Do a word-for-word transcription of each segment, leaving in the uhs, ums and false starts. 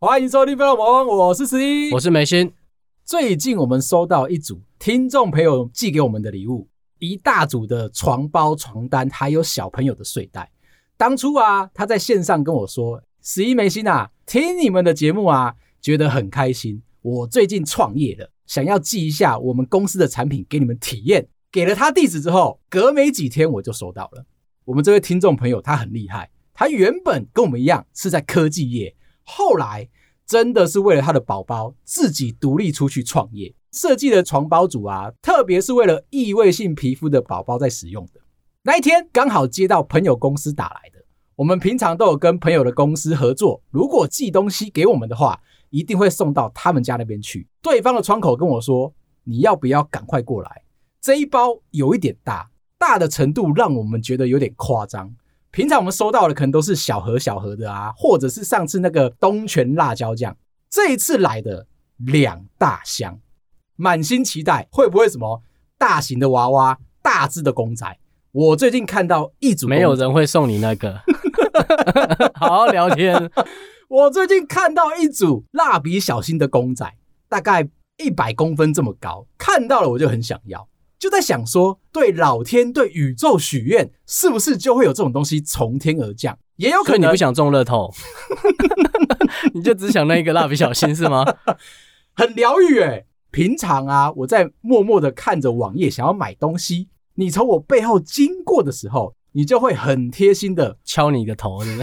欢迎收听《费洛蒙》，我是十一， 我是梅心。 最近我们收到一组听众朋友寄给我们的礼物，一大组的床包、床单，还有小朋友的睡袋。当初啊，他在线上跟我说：“十一梅心啊，听你们的节目啊，觉得很开心。我最近创业了，想要寄一下我们公司的产品给你们体验。”给了他地址之后，隔没几天我就收到了。我们这位听众朋友他很厉害，他原本跟我们一样是在科技业，后来真的是为了他的宝宝自己独立出去创业，设计的床包组啊，特别是为了异位性皮肤的宝宝在使用的。那一天刚好接到朋友公司打来的，我们平常都有跟朋友的公司合作，如果寄东西给我们的话，一定会送到他们家那边去。对方的窗口跟我说：“你要不要赶快过来？这一包有一点大，大的程度让我们觉得有点夸张。平常我们收到的可能都是小盒小盒的啊，或者是上次那个东泉辣椒酱，这一次来的两大箱，满心期待会不会什么大型的娃娃、大只的公仔。我最近看到一组公仔， 没有人会送你那个，好好聊天。 我最近看到一组蜡笔小新的公仔，大概一百公分这么高，看到了我就很想要。就在想说，对老天对宇宙许愿，是不是就会有这种东西从天而降？也有可能。 所以你不想中乐透，你就只想那个蜡笔小新是吗？ 很疗愈耶。平常啊，我在默默的看着网页想要买东西，你从我背后经过的时候，你就会很贴心的敲你的头，对不对？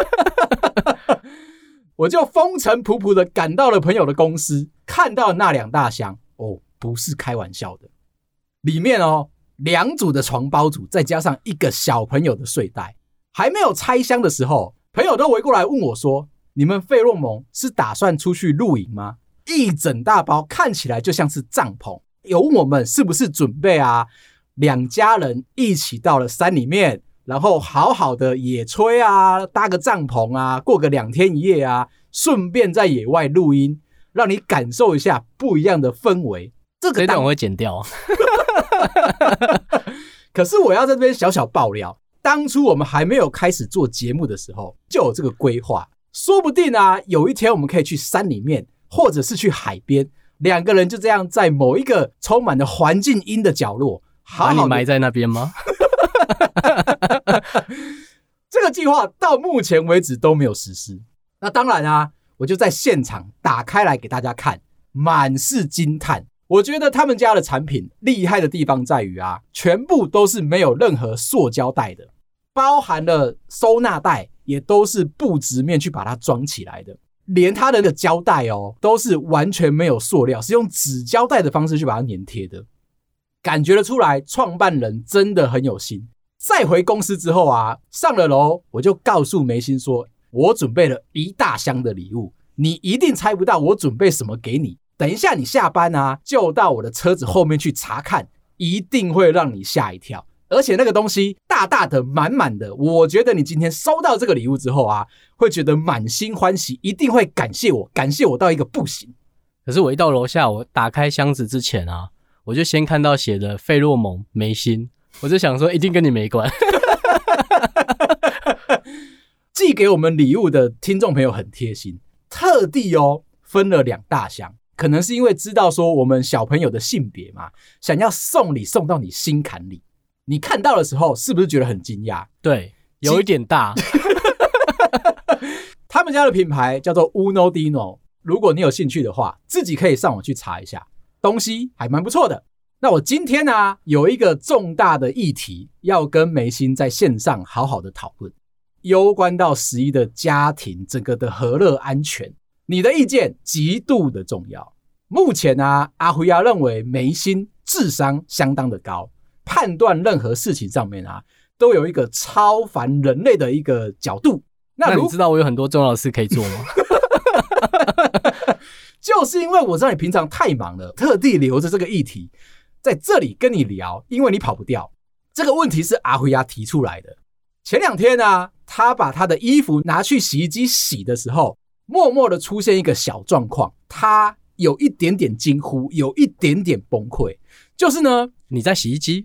我就风尘仆仆的赶到了朋友的公司，看到那两大箱，哦，不是开玩笑的。里面哦，两组的床包组，再加上一个小朋友的睡袋。还没有拆箱的时候，朋友都围过来问我说：“你们费洛蒙是打算出去露营吗？”一整大包看起来就像是帐篷，有问我们是不是准备啊，两家人一起到了山里面，然后好好的野炊啊，搭个帐篷啊，过个两天一夜啊，顺便在野外录音，让你感受一下不一样的氛围。这个这段我会剪掉。 可是我要在这边小小爆料，当初我们还没有开始做节目的时候，就有这个规划。说不定啊，有一天我们可以去山里面，或者是去海边，两个人就这样在某一个充满了环境音的角落，好好把你埋在那边吗？ 这个计划到目前为止都没有实施。那当然啊，我就在现场打开来给大家看，满是惊叹。我觉得他们家的产品厉害的地方在于啊，全部都是没有任何塑胶袋的，包含了收纳袋也都是布质面去把它装起来的，连它的那个胶带哦，都是完全没有塑料，是用纸胶带的方式去把它粘贴的，感觉得出来创办人真的很有心。再回公司之后啊，上了楼我就告诉梅心说，我准备了一大箱的礼物，你一定猜不到我准备什么给你。等一下你下班啊，就到我的车子后面去查看，一定会让你吓一跳。而且那个东西大大的满满的，我觉得你今天收到这个礼物之后啊，会觉得满心欢喜，一定会感谢我，感谢我到一个不行。 可是我一到楼下，我打开箱子之前啊，我就先看到写的费洛蒙梅心，我就想说一定跟你没关。 寄给我们礼物的听众朋友很贴心，特地哦分了两大箱。可能是因为知道说我们小朋友的性别嘛，想要送礼送到你心坎里。你看到的时候是不是觉得很惊讶？ 对，有一点大。 他们家的品牌叫做 Uno Dino， 如果你有兴趣的话，自己可以上网去查一下，东西还蛮不错的。那我今天啊，有一个重大的议题要跟梅心在线上好好的讨论，攸关到十一的家庭整个的和乐安全。你的意见极度的重要。目前啊，阿辉亚认为梅心智商相当的高，判断任何事情上面啊，都有一个超凡人类的一个角度。 那, 那你知道我有很多重要的事可以做吗？ 就是因为我知道你平常太忙了，特地留着这个议题在这里跟你聊，因为你跑不掉。这个问题是阿辉亚提出来的。前两天啊，他把他的衣服拿去洗衣机洗的时候，默默的出现一个小状况，他有一点点惊呼，有一点点崩溃。就是呢， 你在洗衣机？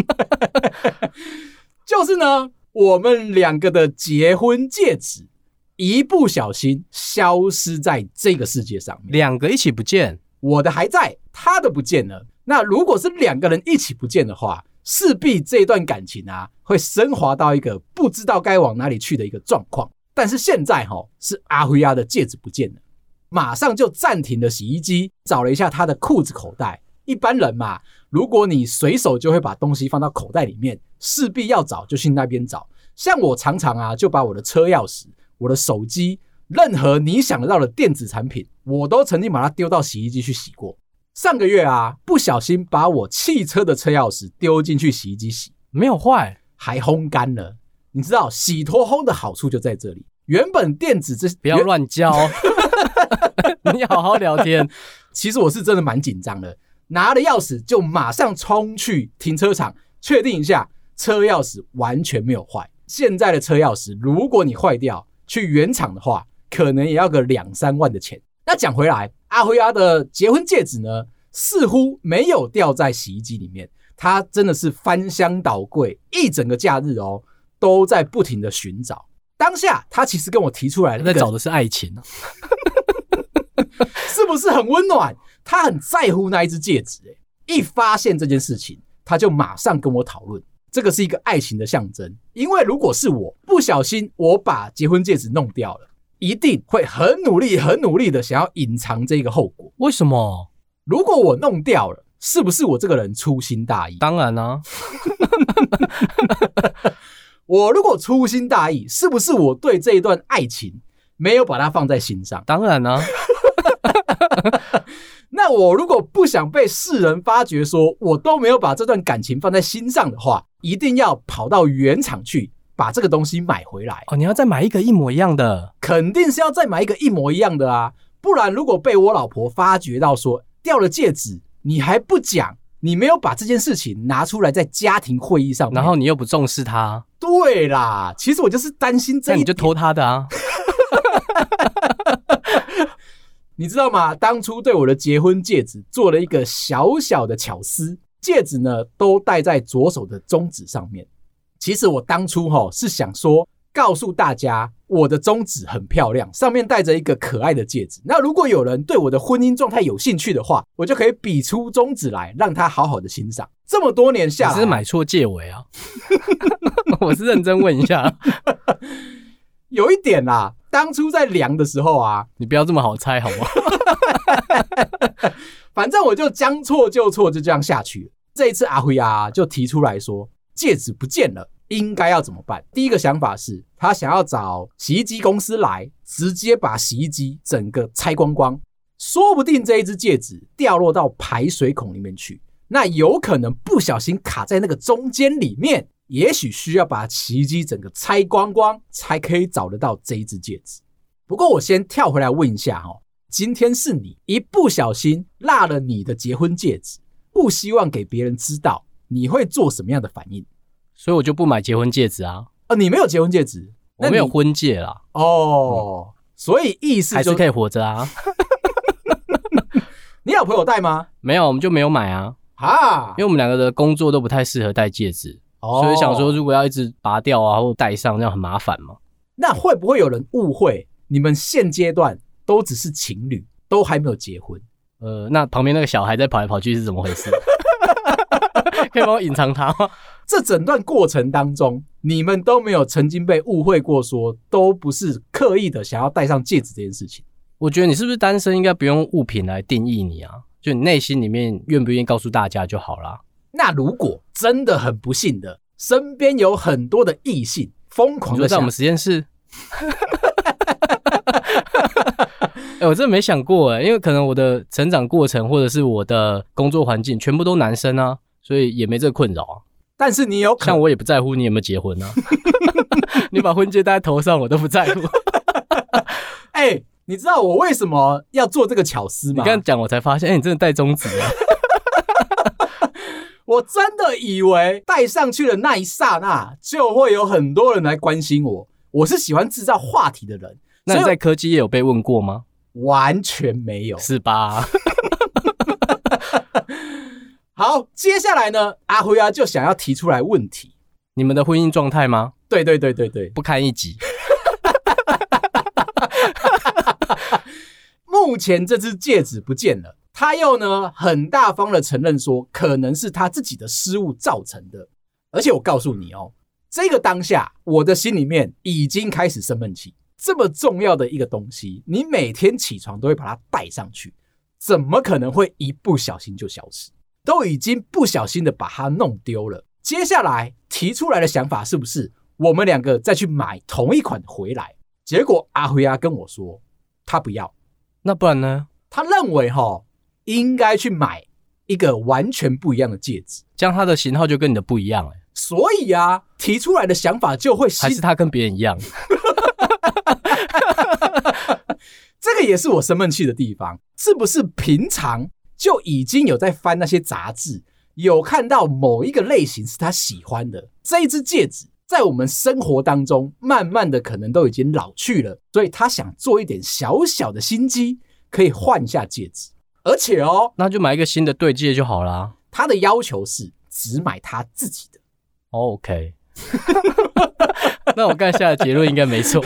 就是呢，我们两个的结婚戒指一不小心消失在这个世界上面。 两个一起不见， 我的还在，他的不见了。那如果是两个人一起不见的话，势必这段感情啊会升华到一个不知道该往哪里去的一个状况。但是现在齁，是阿辉啊的戒指不见了，马上就暂停了洗衣机，找了一下他的裤子口袋。一般人嘛，如果你随手就会把东西放到口袋里面，势必要找就去那边找。像我常常啊，就把我的车钥匙、我的手机，任何你想得到的电子产品，我都曾经把它丢到洗衣机去洗过。上个月啊，不小心把我汽车的车钥匙丢进去洗衣机洗， 没有坏， 还烘干了。你知道洗脱烘的好处就在这里。原本电子这不要乱教，你好好聊天。 其实我是真的蛮紧张的，拿了钥匙就马上冲去停车场，确定一下车钥匙完全没有坏。现在的车钥匙，如果你坏掉，去原厂的话，可能也要个两三万的钱。那讲回来，阿辉阿的结婚戒指呢，似乎没有掉在洗衣机里面，他真的是翻箱倒柜，一整个假日哦，都在不停的寻找。当下他其实跟我提出来， 在找的是爱情啊， 是不是很温暖？他很在乎那一只戒指，一发现这件事情，他就马上跟我讨论，这个是一个爱情的象征。因为如果是我不小心我把结婚戒指弄掉了，一定会很努力很努力的想要隐藏这个后果。 为什么？ 如果我弄掉了，是不是我这个人粗心大意？ 当然啊。 我如果粗心大意，是不是我对这一段爱情没有把它放在心上？ 当然啊。 那我如果不想被世人发觉说我都没有把这段感情放在心上的话，一定要跑到原厂去把这个东西买回来。 哦，你要再买一个一模一样的？ 肯定是要再买一个一模一样的啊，不然如果被我老婆发觉到说掉了戒指，你还不讲，你没有把这件事情拿出来在家庭会议上面， 然后你又不重视他。 对啦，其实我就是担心这一点。 那你就偷他的啊。 你知道吗？当初对我的结婚戒指做了一个小小的巧思，戒指呢都戴在左手的中指上面。其实我当初齁是想说告诉大家我的中指很漂亮，上面戴着一个可爱的戒指。那如果有人对我的婚姻状态有兴趣的话，我就可以比出中指来，让他好好的欣赏。这么多年下来， 你是买错戒尾啊？我是认真问一下。 有一点啦，当初在量的时候啊， 你不要这么好猜好吗？ 反正我就将错就错，就这样下去了。这一次阿辉啊就提出来说戒指不见了，应该要怎么办？第一个想法是他想要找洗衣机公司来，直接把洗衣机整个拆光光，说不定这一只戒指掉落到排水孔里面去，那有可能不小心卡在那个中间里面，也许需要把洗衣机整个拆光光才可以找得到这一只戒指。不过我先跳回来问一下齁，今天是你一不小心落了你的结婚戒指，不希望给别人知道，你会做什么样的反应？ 所以我就不买结婚戒指啊。 哦，你没有结婚戒指？ 我没有婚戒啦。 哦、嗯，所以意思、就是、 还是可以活着啊。 你老婆有戴吗？ 没有，我们就没有买啊。 啊， 因为我们两个的工作都不太适合戴戒指，哦、所以想说如果要一直拔掉啊或戴上，这样很麻烦嘛。 那会不会有人误会你们现阶段都只是情侣，都还没有结婚？ 呃，那旁边那个小孩在跑来跑去是怎么回事？可以帮我隐藏他吗？ 这整段过程当中，你们都没有曾经被误会过说都不是刻意的想要戴上戒指这件事情？ 我觉得你是不是单身应该不用物品来定义你啊，就你内心里面愿不愿意告诉大家就好啦。 那如果真的很不幸的身边有很多的异性疯狂的， 你说在我们实验室欸、我真的没想过欸，因为可能我的成长过程或者是我的工作环境全部都男生啊，所以也没这个困扰啊。 但是你有可能， 像我也不在乎你有没有结婚啊。你把婚戒戴在头上我都不在乎。 哎、欸，你知道我为什么要做这个巧思吗？ 你刚刚讲我才发现，哎、欸，你真的戴中指啊。 我真的以为戴上去的那一刹那就会有很多人来关心我，我是喜欢制造话题的人。 那你在科技业有被问过吗？ 完全没有。 是吧？ 好，接下来呢，阿辉啊就想要提出来问题。 你们的婚姻状态吗？ 对对对对对， 不堪一击。 目前这只戒指不见了，他又呢很大方的承认说，可能是他自己的失误造成的。而且我告诉你哦，这个当下我的心里面已经开始生闷气。这么重要的一个东西，你每天起床都会把它带上去，怎么可能会一不小心就消失？都已经不小心的把它弄丢了。接下来提出来的想法是不是我们两个再去买同一款回来？结果阿辉啊跟我说他不要。 那不然呢？ 他认为齁应该去买一个完全不一样的戒指， 这样它的型号就跟你的不一样欸。 所以啊提出来的想法就会还是他跟别人一样。 这个也是我生闷气的地方，是不是平常就已经有在翻那些杂志，有看到某一个类型是他喜欢的，这一只戒指在我们生活当中慢慢的可能都已经老去了，所以他想做一点小小的心机，可以换一下戒指。而且哦， 那就买一个新的对戒就好啦。 他的要求是只买他自己的。 OK 那我刚才下的结论应该没错。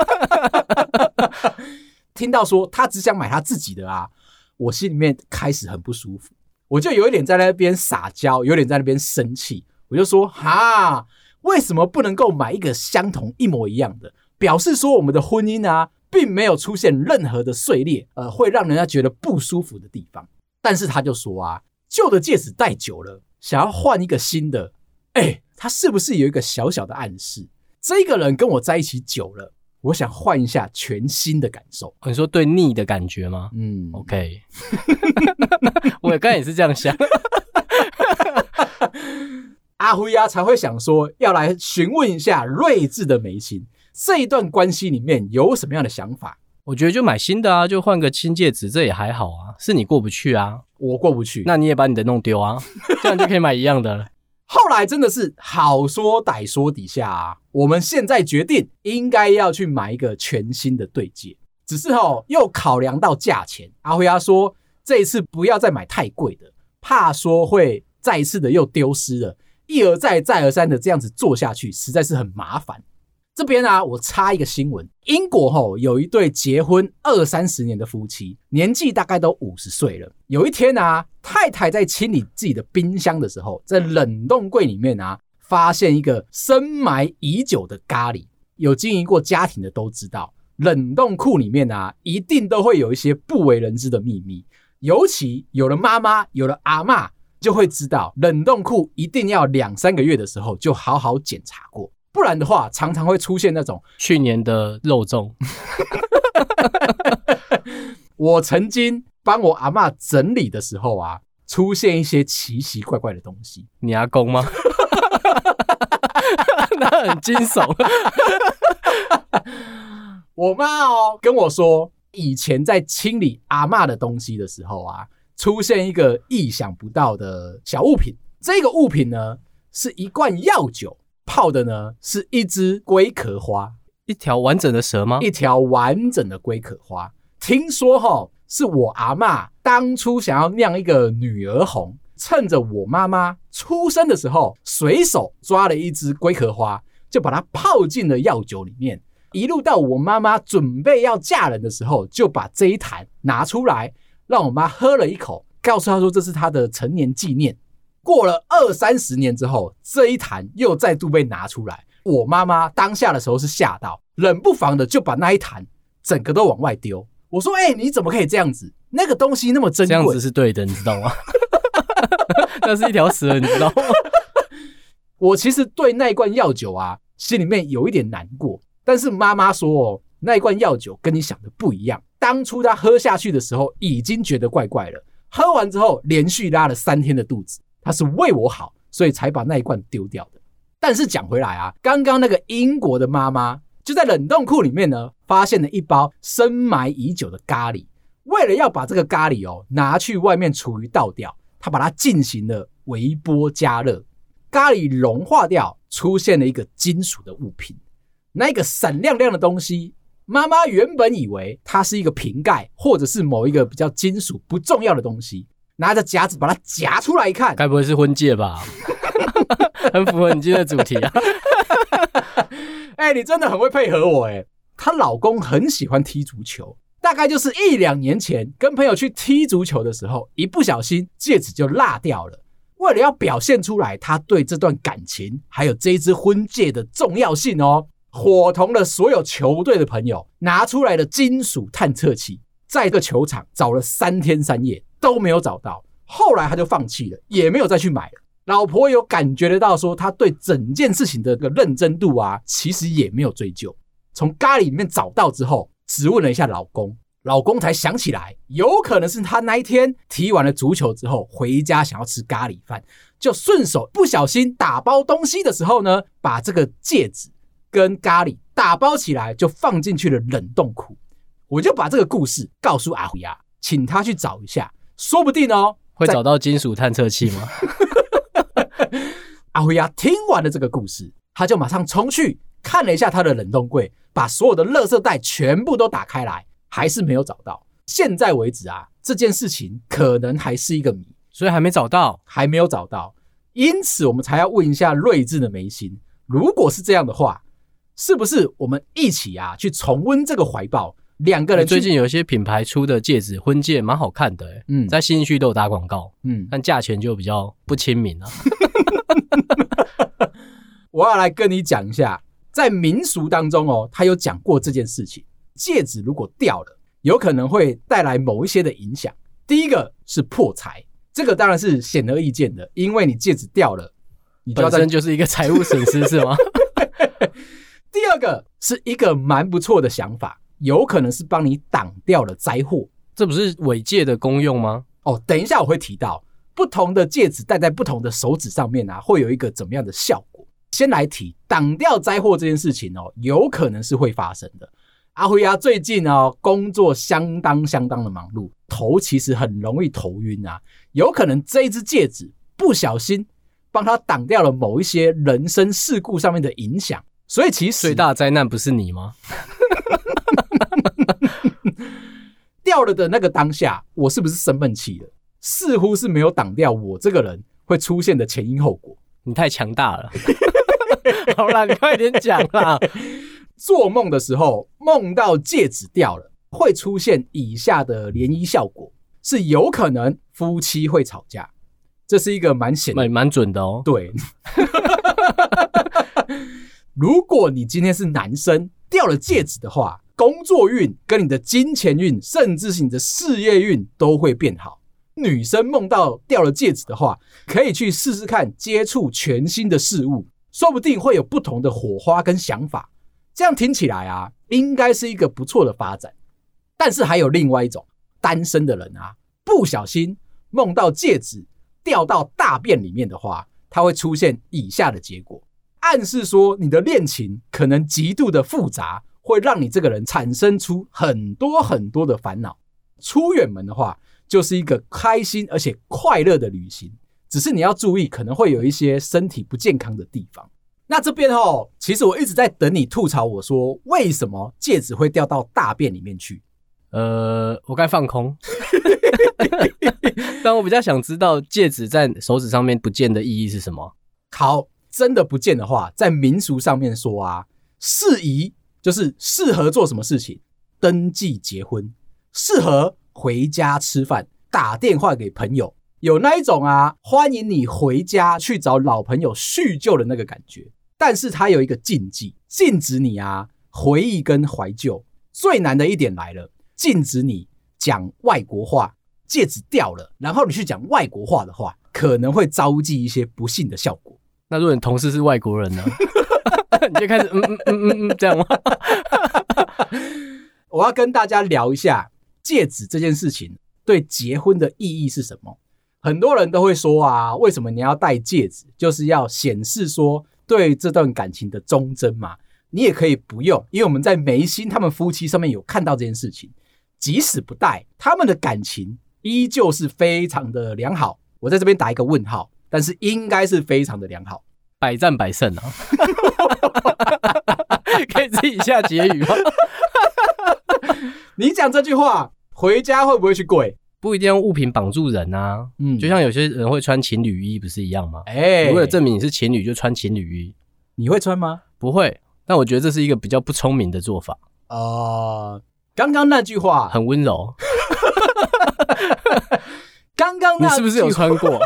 听到说他只想买他自己的啊，我心里面开始很不舒服，我就有一点在那边撒娇，有点在那边生气。我就说哈，为什么不能够买一个相同一模一样的，表示说我们的婚姻啊并没有出现任何的碎裂，呃，会让人家觉得不舒服的地方。但是他就说啊，旧的戒指戴久了，想要换一个新的。哎，他是不是有一个小小的暗示？这个人跟我在一起久了，我想换一下全新的感受。 你说对腻的感觉吗？嗯 ，OK 。我刚才也是这样想。 阿辉啊才会想说要来询问一下睿智的眉心，这一段关系里面有什么样的想法？ 我觉得就买新的啊，就换个新戒指，这也还好啊。是你过不去啊， 我过不去， 那你也把你的弄丢啊，这样就可以买一样的了。 后来真的是好说歹说底下啊，我们现在决定应该要去买一个全新的对戒，只是齁又考量到价钱，阿辉啊说这一次不要再买太贵的，怕说会再一次的又丢失了，一而再再而三的这样子做下去实在是很麻烦。这边啊我插一个新闻，英国齁有一对结婚二三十年的夫妻，年纪大概都五十岁了。有一天啊，太太在清理自己的冰箱的时候，在冷冻柜里面啊发现一个深埋已久的咖喱。有经营过家庭的都知道，冷冻库里面啊一定都会有一些不为人知的秘密，尤其有了妈妈有了阿嬷就会知道，冷冻库一定要两三个月的时候就好好检查过，不然的话常常会出现那种去年的肉粽。 我曾经帮我阿嬷整理的时候啊，出现一些奇奇怪怪的东西。 你阿公吗？那很惊悚。 我妈哦跟我说，以前在清理阿嬷的东西的时候啊，出现一个意想不到的小物品。这个物品呢是一罐药酒，泡的呢是一只龟壳花。 一条完整的蛇吗？ 一条完整的龟壳花。听说齁是我阿嬷当初想要酿一个女儿红，趁着我妈妈出生的时候随手抓了一只龟壳花，就把它泡进了药酒里面，一路到我妈妈准备要嫁人的时候，就把这一坛拿出来让我妈喝了一口，告诉她说这是她的成年纪念。过了二三十年之后，这一坛又再度被拿出来，我妈妈当下的时候是吓到，冷不防的就把那一坛整个都往外丢。我说：“哎、欸，你怎么可以这样子？那个东西那么珍贵， 这样子是对的，你知道吗？那是一条蛇，你知道吗？” 我其实对那一罐药酒啊，心里面有一点难过。但是妈妈说哦，那一罐药酒跟你想的不一样。当初她喝下去的时候，已经觉得怪怪了。喝完之后，连续拉了三天的肚子。她是为我好，所以才把那一罐丢掉的。但是讲回来啊，刚刚那个英国的妈妈就在冷冻库里面呢，发现了一包深埋已久的咖喱。为了要把这个咖喱哦拿去外面厨余倒掉，她把它进行了微波加热，咖喱融化掉，出现了一个金属的物品。那个闪亮亮的东西，妈妈原本以为它是一个瓶盖，或者是某一个比较金属不重要的东西，拿着夹子把它夹出来一看， 该不会是婚戒吧？很符合你今天的主题啊！ 哎、欸，你真的很会配合我哎、欸。 她老公很喜欢踢足球，大概就是一两年前跟朋友去踢足球的时候，一不小心戒指就落掉了。为了要表现出来她对这段感情还有这一支婚戒的重要性哦，伙同了所有球队的朋友，拿出来的金属探测器，在这个球场找了三天三夜都没有找到。后来他就放弃了，也没有再去买了。老婆有感觉得到说他对整件事情的这个认真度啊，其实也没有追究。从咖喱里面找到之后，质问了一下老公，老公才想起来，有可能是他那一天踢完了足球之后回家想要吃咖喱饭，就顺手不小心打包东西的时候呢，把这个戒指跟咖喱打包起来就放进去了冷冻库。我就把这个故事告诉阿辉啊，请他去找一下，说不定哦会找到金属探测器吗？ 阿辉啊听完了这个故事，他就马上冲去看了一下他的冷冻柜，把所有的垃圾袋全部都打开来，还是没有找到。现在为止啊，这件事情可能还是一个谜， 所以还没找到， 还没有找到。因此我们才要问一下睿智的眉心，如果是这样的话，是不是我们一起啊去重温这个怀抱？两个人最近有一些品牌出的戒指，婚戒蛮好看的、欸，嗯，在信义区都有打广告，嗯，但价钱就比较不亲民啊。 我要来跟你讲一下，在民俗当中哦，他有讲过这件事情，戒指如果掉了，有可能会带来某一些的影响。第一个是破财，这个当然是显而易见的，因为你戒指掉了，你就要本身就是一个财务损失是吗？ 第二个是一个蛮不错的想法，有可能是帮你挡掉了灾祸。 这不是尾戒的功用吗？ 哦，等一下我会提到不同的戒指戴在不同的手指上面啊，会有一个怎么样的效果。先来提挡掉灾祸这件事情哦，有可能是会发生的。阿辉啊，最近哦工作相当相当的忙碌，头其实很容易头晕啊，有可能这一只戒指不小心帮他挡掉了某一些人身事故上面的影响。所以其实最大灾难不是你吗？ 掉了的那个当下，我是不是生闷气了？似乎是没有挡掉我这个人会出现的前因后果。 你太强大了。好啦，你快点讲啦。 做梦的时候梦到戒指掉了，会出现以下的涟漪效果，是有可能夫妻会吵架。这是一个蛮显的， 蛮准的哦。 对。如果你今天是男生掉了戒指的话，工作运跟你的金钱运甚至是你的事业运都会变好。女生梦到掉了戒指的话，可以去试试看接触全新的事物，说不定会有不同的火花跟想法。这样听起来啊，应该是一个不错的发展。但是还有另外一种，单身的人啊，不小心梦到戒指掉到大便里面的话，它会出现以下的结果，暗示说你的恋情可能极度的复杂，会让你这个人产生出很多很多的烦恼。出远门的话，就是一个开心而且快乐的旅行，只是你要注意可能会有一些身体不健康的地方。那这边哦，其实我一直在等你吐槽我说为什么戒指会掉到大便里面去。 呃，我该放空。但我比较想知道戒指在手指上面不见的意义是什么。 好，真的不见的话，在民俗上面说啊，适宜就是适合做什么事情？登记结婚，适合回家吃饭，打电话给朋友，有那一种啊，欢迎你回家去找老朋友叙旧的那个感觉。但是它有一个禁忌，禁止你啊回忆跟怀旧。最难的一点来了，禁止你讲外国话。戒指掉了，然后你去讲外国话的话，可能会招致一些不幸的效果。 那如果你同事是外国人呢？你就开始嗯嗯嗯嗯嗯这样吗？ 我要跟大家聊一下戒指这件事情对结婚的意义是什么。很多人都会说啊，为什么你要戴戒指？就是要显示说对这段感情的忠贞嘛。你也可以不用，因为我们在眉心他们夫妻上面有看到这件事情，即使不戴，他们的感情依旧是非常的良好。我在这边打一个问号，但是应该是非常的良好， 百战百胜啊。可以自己下结语吗？ 你讲这句话回家会不会去跪？ 不一定用物品绑住人啊，嗯，就像有些人会穿情侣衣不是一样吗？ 哎、欸， 为了证明你是情侣就穿情侣衣。 你会穿吗？ 不会，但我觉得这是一个比较不聪明的做法。 呃，刚刚那句话很温柔。 刚刚那句话你是不是有穿过？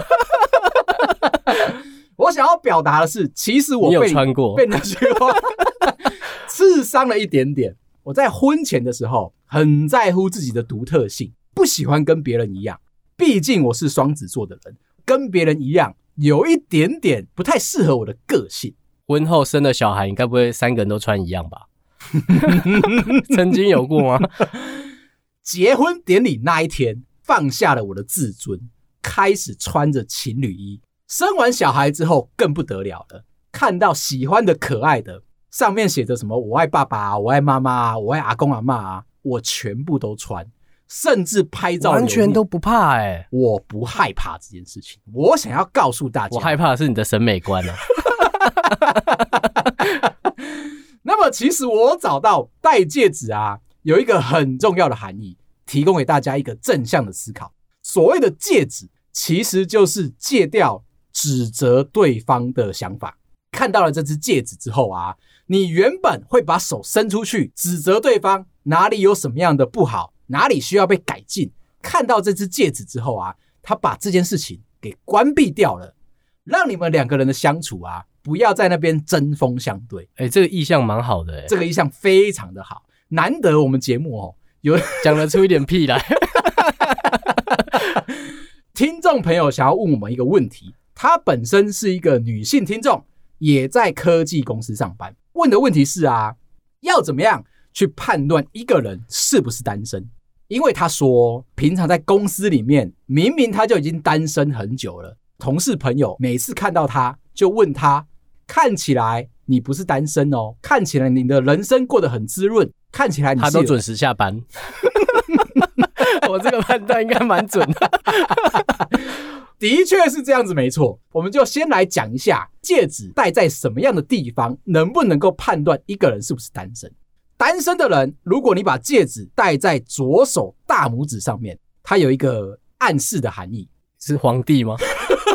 我想要表达的是，其实我被你有穿过被那句话刺伤了一点点。我在婚前的时候很在乎自己的独特性，不喜欢跟别人一样。毕竟我是双子座的人，跟别人一样有一点点不太适合我的个性。 婚后生的小孩，你该不会三个人都穿一样吧？曾经有过吗？ 结婚典礼那一天，放下了我的自尊，开始穿着情侣衣。生完小孩之后更不得了了，看到喜欢的可爱的，上面写着什么我爱爸爸啊，我爱妈妈啊，我爱阿公阿嬷啊，我全部都穿，甚至拍照完全都不怕哎、欸！ 我不害怕这件事情，我想要告诉大家， 我害怕的是你的审美观啊。 那么其实我找到戴戒指啊，有一个很重要的含义，提供给大家一个正向的思考。所谓的戒指，其实就是戒掉指责对方的想法。看到了这只戒指之后啊，你原本会把手伸出去指责对方哪里有什么样的不好，哪里需要被改进。看到这只戒指之后啊，他把这件事情给关闭掉了，让你们两个人的相处啊，不要在那边针锋相对。 哎、欸，这个意象蛮好的哎、欸， 这个意象非常的好，难得我们节目哦有讲得出一点屁来。 听众朋友想要问我们一个问题，她本身是一个女性听众，也在科技公司上班。问的问题是啊，要怎么样去判断一个人是不是单身？因为她说，平常在公司里面，明明她就已经单身很久了，同事朋友每次看到她就问她，看起来你不是单身哦，看起来你的人生过得很滋润，看起来你是她都准时下班。我这个判断应该蛮准的。 的确是这样子没错。我们就先来讲一下戒指戴在什么样的地方能不能够判断一个人是不是单身。单身的人，如果你把戒指戴在左手大拇指上面，它有一个暗示的含义。 是皇帝吗？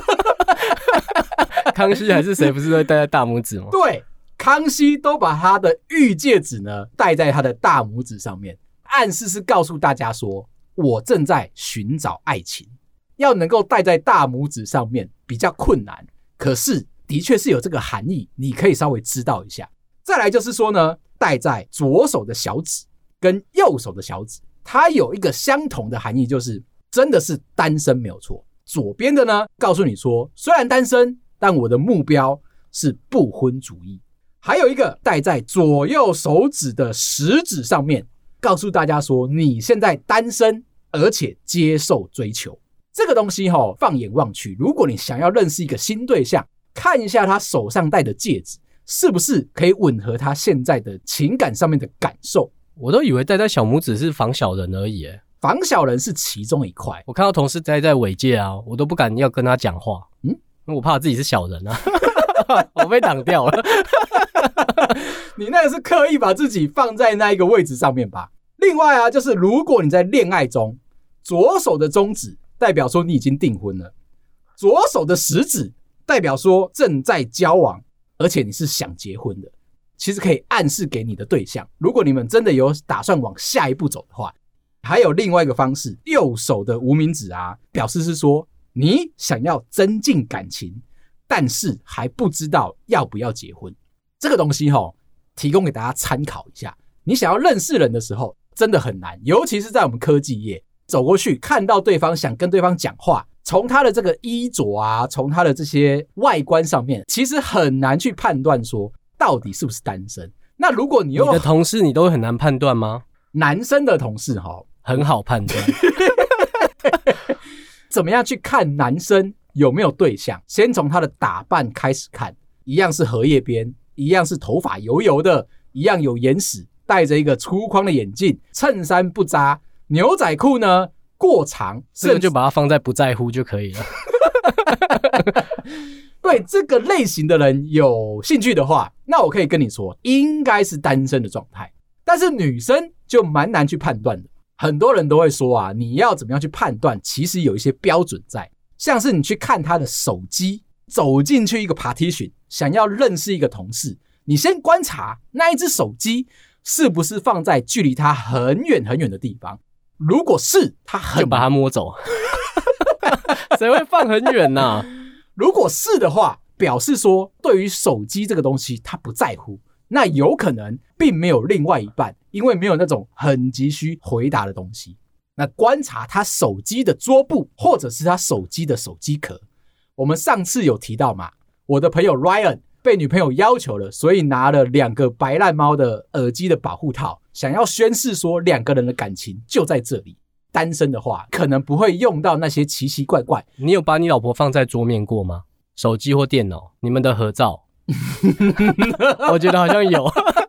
康熙还是谁不是会戴在大拇指吗？ 对，康熙都把他的玉戒指呢戴在他的大拇指上面，暗示是告诉大家说，我正在寻找爱情。要能够戴在大拇指上面比较困难，可是的确是有这个含义，你可以稍微知道一下。再来就是说呢，戴在左手的小指跟右手的小指，它有一个相同的含义，就是真的是单身没有错。左边的呢，告诉你说，虽然单身，但我的目标是不婚主义。还有一个戴在左右手指的食指上面，告诉大家说，你现在单身，而且接受追求。这个东西齁，放眼望去，如果你想要认识一个新对象，看一下他手上戴的戒指是不是可以吻合他现在的情感上面的感受。 我都以为戴在小拇指是防小人而已耶。 防小人是其中一块。 我看到同事戴在尾戒啊，我都不敢要跟他讲话，嗯，因为我怕自己是小人啊。我被挡掉了。 你那个是刻意把自己放在那一个位置上面吧。另外啊，就是如果你在恋爱中，左手的中指代表说你已经订婚了，左手的食指代表说正在交往，而且你是想结婚的。其实可以暗示给你的对象，如果你们真的有打算往下一步走的话。还有另外一个方式，右手的无名指啊，表示是说你想要增进感情，但是还不知道要不要结婚。这个东西齁，提供给大家参考一下。你想要认识人的时候真的很难，尤其是在我们科技业，走过去看到对方，想跟对方讲话，从他的这个衣着啊，从他的这些外观上面，其实很难去判断说到底是不是单身。那如果你又你的同事你都很难判断吗？ 男生的同事齁， 很好判断。 怎么样去看男生有没有对象？先从他的打扮开始看，一样是荷叶边，一样是头发油油的，一样有眼屎，戴着一个粗框的眼镜，衬衫不扎，牛仔裤呢过长， 这个就把它放在不在乎就可以了。 对这个类型的人有兴趣的话，那我可以跟你说，应该是单身的状态。但是女生就蛮难去判断的。很多人都会说啊，你要怎么样去判断，其实有一些标准在，像是你去看他的手机，走进去一个 partition， 想要认识一个同事，你先观察那一只手机是不是放在距离他很远很远的地方？如果是，他很就把它摸走。谁会放很远啊？ 如果是的话，表示说对于手机这个东西他不在乎，那有可能并没有另外一半，因为没有那种很急需回答的东西。那观察他手机的桌布或者是他手机的手机壳，我们上次有提到嘛，我的朋友 Ryan 被女朋友要求了，所以拿了两个白烂猫的耳机的保护套，想要宣示说两个人的感情就在这里。单身的话可能不会用到那些奇奇怪怪。 你有把你老婆放在桌面过吗？手机或电脑，你们的合照？我觉得好像有。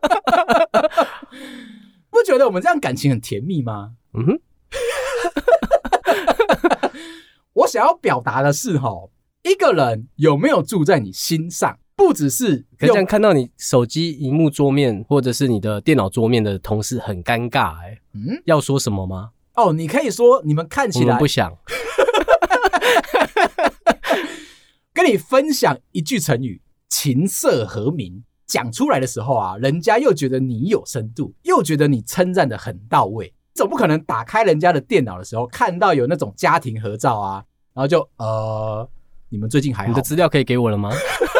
不觉得我们这样感情很甜蜜吗？ 嗯哼。 我想要表达的是齁，一个人有没有住在你心上，不只是可是这样看到你手机萤幕桌面或者是你的电脑桌面的同事很尴尬哎、欸，嗯，要说什么吗？ 哦，你可以说你们看起来， 我们不想。 跟你分享一句成语“琴瑟和鸣”，讲出来的时候啊，人家又觉得你有深度，又觉得你称赞的很到位。总不可能打开人家的电脑的时候，看到有那种家庭合照啊，然后就呃，你们最近还好？ 你的资料可以给我了吗？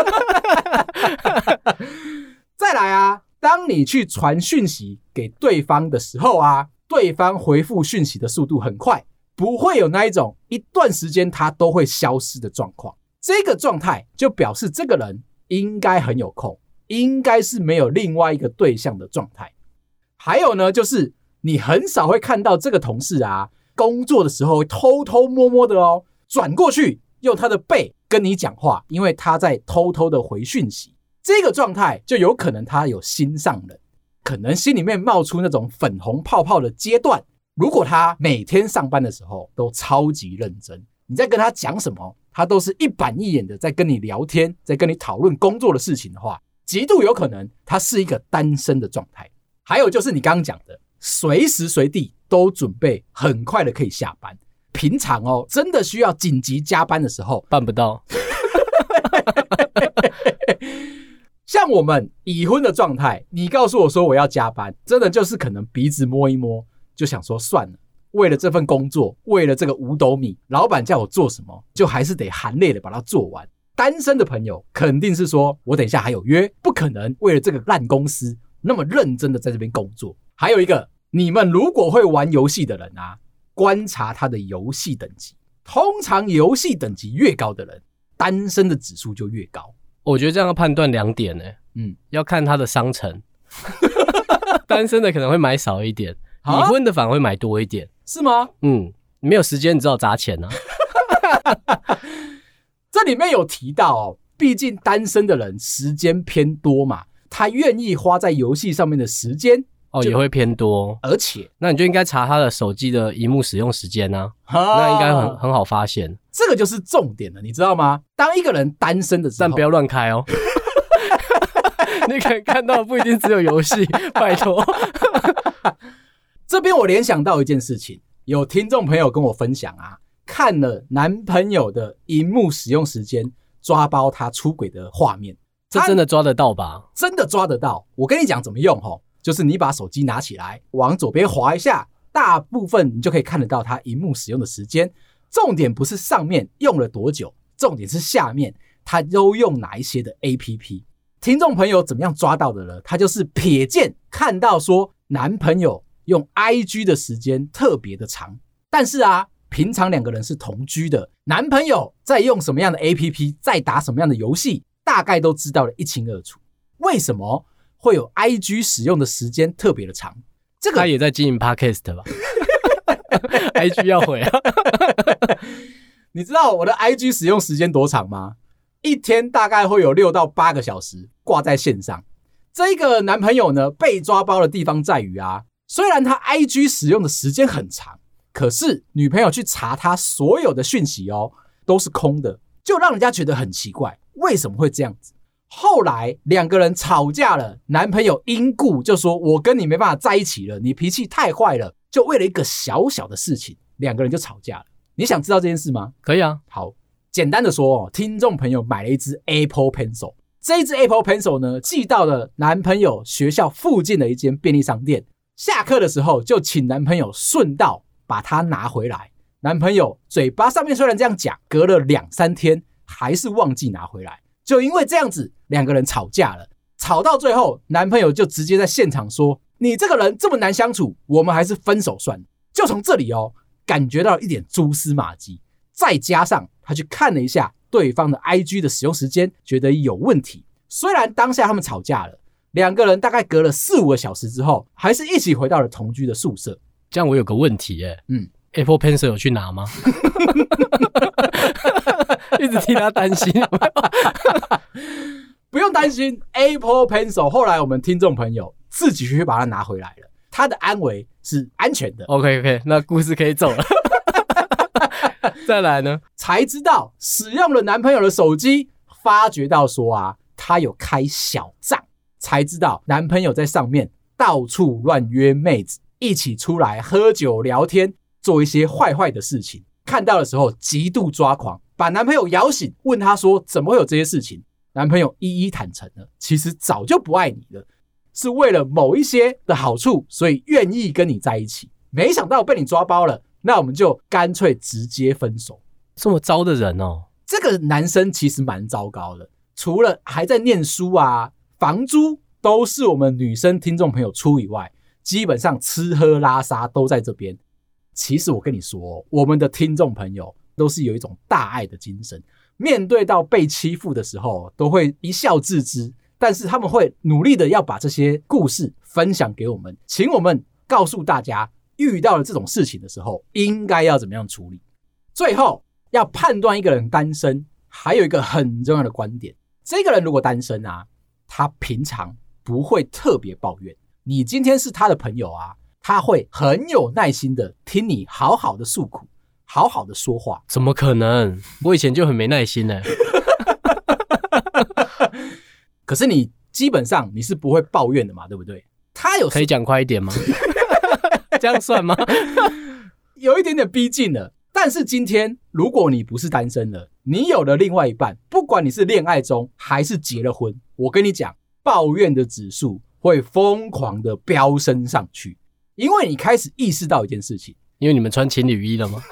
再来啊，当你去传讯息给对方的时候啊，对方回复讯息的速度很快，不会有那一种一段时间他都会消失的状况。这个状态就表示这个人应该很有空，应该是没有另外一个对象的状态。还有呢，就是你很少会看到这个同事啊，工作的时候会偷偷摸摸的哦，转过去用他的背跟你讲话，因为他在偷偷的回讯息。这个状态就有可能他有心上人，可能心里面冒出那种粉红泡泡的阶段。如果他每天上班的时候都超级认真，你在跟他讲什么，他都是一板一眼的在跟你聊天，在跟你讨论工作的事情的话，极度有可能他是一个单身的状态。还有就是你刚刚讲的，随时随地都准备很快的可以下班，平常哦真的需要紧急加班的时候办不到。 像我们已婚的状态，你告诉我说我要加班，真的就是可能鼻子摸一摸，就想说算了，为了这份工作，为了这个五斗米，老板叫我做什么，就还是得含泪的把它做完。单身的朋友肯定是说，我等一下还有约，不可能为了这个烂公司那么认真的在这边工作。还有一个，你们如果会玩游戏的人啊，观察他的游戏等级，通常游戏等级越高的人，单身的指数就越高。 我觉得这样要判断两点呢、欸，嗯，要看他的商城，单身的可能会买少一点，已婚的反而会买多一点， 是吗？ 嗯，你没有时间，你只好砸钱啊。 这里面有提到哦，毕竟单身的人时间偏多嘛，他愿意花在游戏上面的时间哦也会偏多， 而且那你就应该查他的手机的萤幕使用时间啊，啊那应该很很好发现。 这个就是重点了，你知道吗？当一个人单身的时候， 但不要乱开哦。你可能看到不一定只有游戏，拜托。 这边我联想到一件事情，有听众朋友跟我分享啊，看了男朋友的萤幕使用时间，抓包他出轨的画面， 这真的抓得到吧？ 真的抓得到。我跟你讲怎么用齁，就是你把手机拿起来，往左边滑一下，大部分你就可以看得到他萤幕使用的时间。重点不是上面用了多久，重点是下面他都用哪一些的 A P P。 听众朋友怎么样抓到的呢？他就是瞥见看到说男朋友用 I G 的时间特别的长，但是啊平常两个人是同居的，男朋友在用什么样的 A P P， 在打什么样的游戏，大概都知道得一清二楚。为什么会有 I G 使用的时间特别的长？这个他也在经营 Podcast 吧。I G 要回啊。 你知道我的 I G 使用时间多长吗？一天大概会有六到八个小时挂在线上。这个男朋友呢，被抓包的地方在于啊，虽然他 I G 使用的时间很长，可是女朋友去查他所有的讯息哦，都是空的，就让人家觉得很奇怪，为什么会这样子？后来两个人吵架了，男朋友因故就说我跟你没办法在一起了，你脾气太坏了，就为了一个小小的事情，两个人就吵架了。你想知道这件事吗？ 可以啊。 好，简单的说哦，听众朋友买了一支 Apple Pencil， 这一支 Apple Pencil 呢，寄到了男朋友学校附近的一间便利商店。下课的时候，就请男朋友顺道把它拿回来。男朋友嘴巴上面虽然这样讲，隔了两三天还是忘记拿回来。就因为这样子，两个人吵架了。吵到最后，男朋友就直接在现场说：“你这个人这么难相处，我们还是分手算了。”就从这里哦，感觉到一点蛛丝马迹。再加上他去看了一下对方的 I G 的使用时间，觉得有问题。虽然当下他们吵架了，两个人大概隔了四五个小时之后，还是一起回到了同居的宿舍。 这样我有个问题耶， 嗯 ，Apple Pencil 有去拿吗？一直替他担心。 不用担心 ，Apple Pencil 后来我们听众朋友自己去把它拿回来了，他的安危是安全的。 OK OK， 那故事可以走了。再来呢， 才知道使用了男朋友的手机，发觉到说啊，他有开小账，才知道男朋友在上面到处乱约妹子，一起出来喝酒聊天，做一些坏坏的事情。看到的时候极度抓狂，把男朋友摇醒，问他说怎么会有这些事情。男朋友一一坦诚了，其实早就不爱你了，是为了某一些的好处，所以愿意跟你在一起。没想到被你抓包了，那我们就干脆直接分手。 这么糟的人哦， 这个男生其实蛮糟糕的，除了还在念书啊，房租都是我们女生听众朋友出以外，基本上吃喝拉撒都在这边。其实我跟你说，我们的听众朋友都是有一种大爱的精神，面对到被欺负的时候都会一笑置之，但是他们会努力的要把这些故事分享给我们，请我们告诉大家遇到了这种事情的时候应该要怎么样处理。最后要判断一个人单身，还有一个很重要的观点，这个人如果单身啊，他平常不会特别抱怨，你今天是他的朋友啊，他会很有耐心的听你好好的诉苦，好好的说话。 怎么可能？我以前就很没耐心呢。 可是你基本上你是不会抱怨的嘛，对不对？他有可以讲快一点吗？这样算吗？ 有一点点逼近了。但是今天如果你不是单身了，你有了另外一半，不管你是恋爱中还是结了婚，我跟你讲，抱怨的指数会疯狂的飙升上去，因为你开始意识到一件事情。 因为你们穿情侣衣了吗？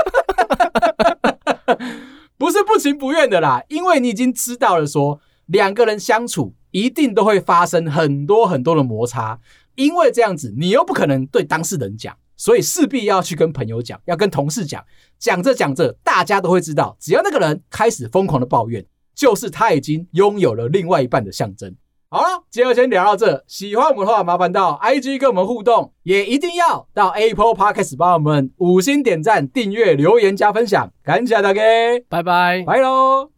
不是不情不愿的啦，因为你已经知道了说两个人相处一定都会发生很多很多的摩擦，因为这样子你又不可能对当事人讲，所以势必要去跟朋友讲，要跟同事讲，讲着讲着大家都会知道，只要那个人开始疯狂的抱怨，就是他已经拥有了另外一半的象征。好了，今天先聊到这，喜欢我们的话麻烦到 I G 跟我们互动，也一定要到 Apple Podcast 帮我们五星点赞、订阅、留言加分享，感谢大家， 拜拜， 拜咯。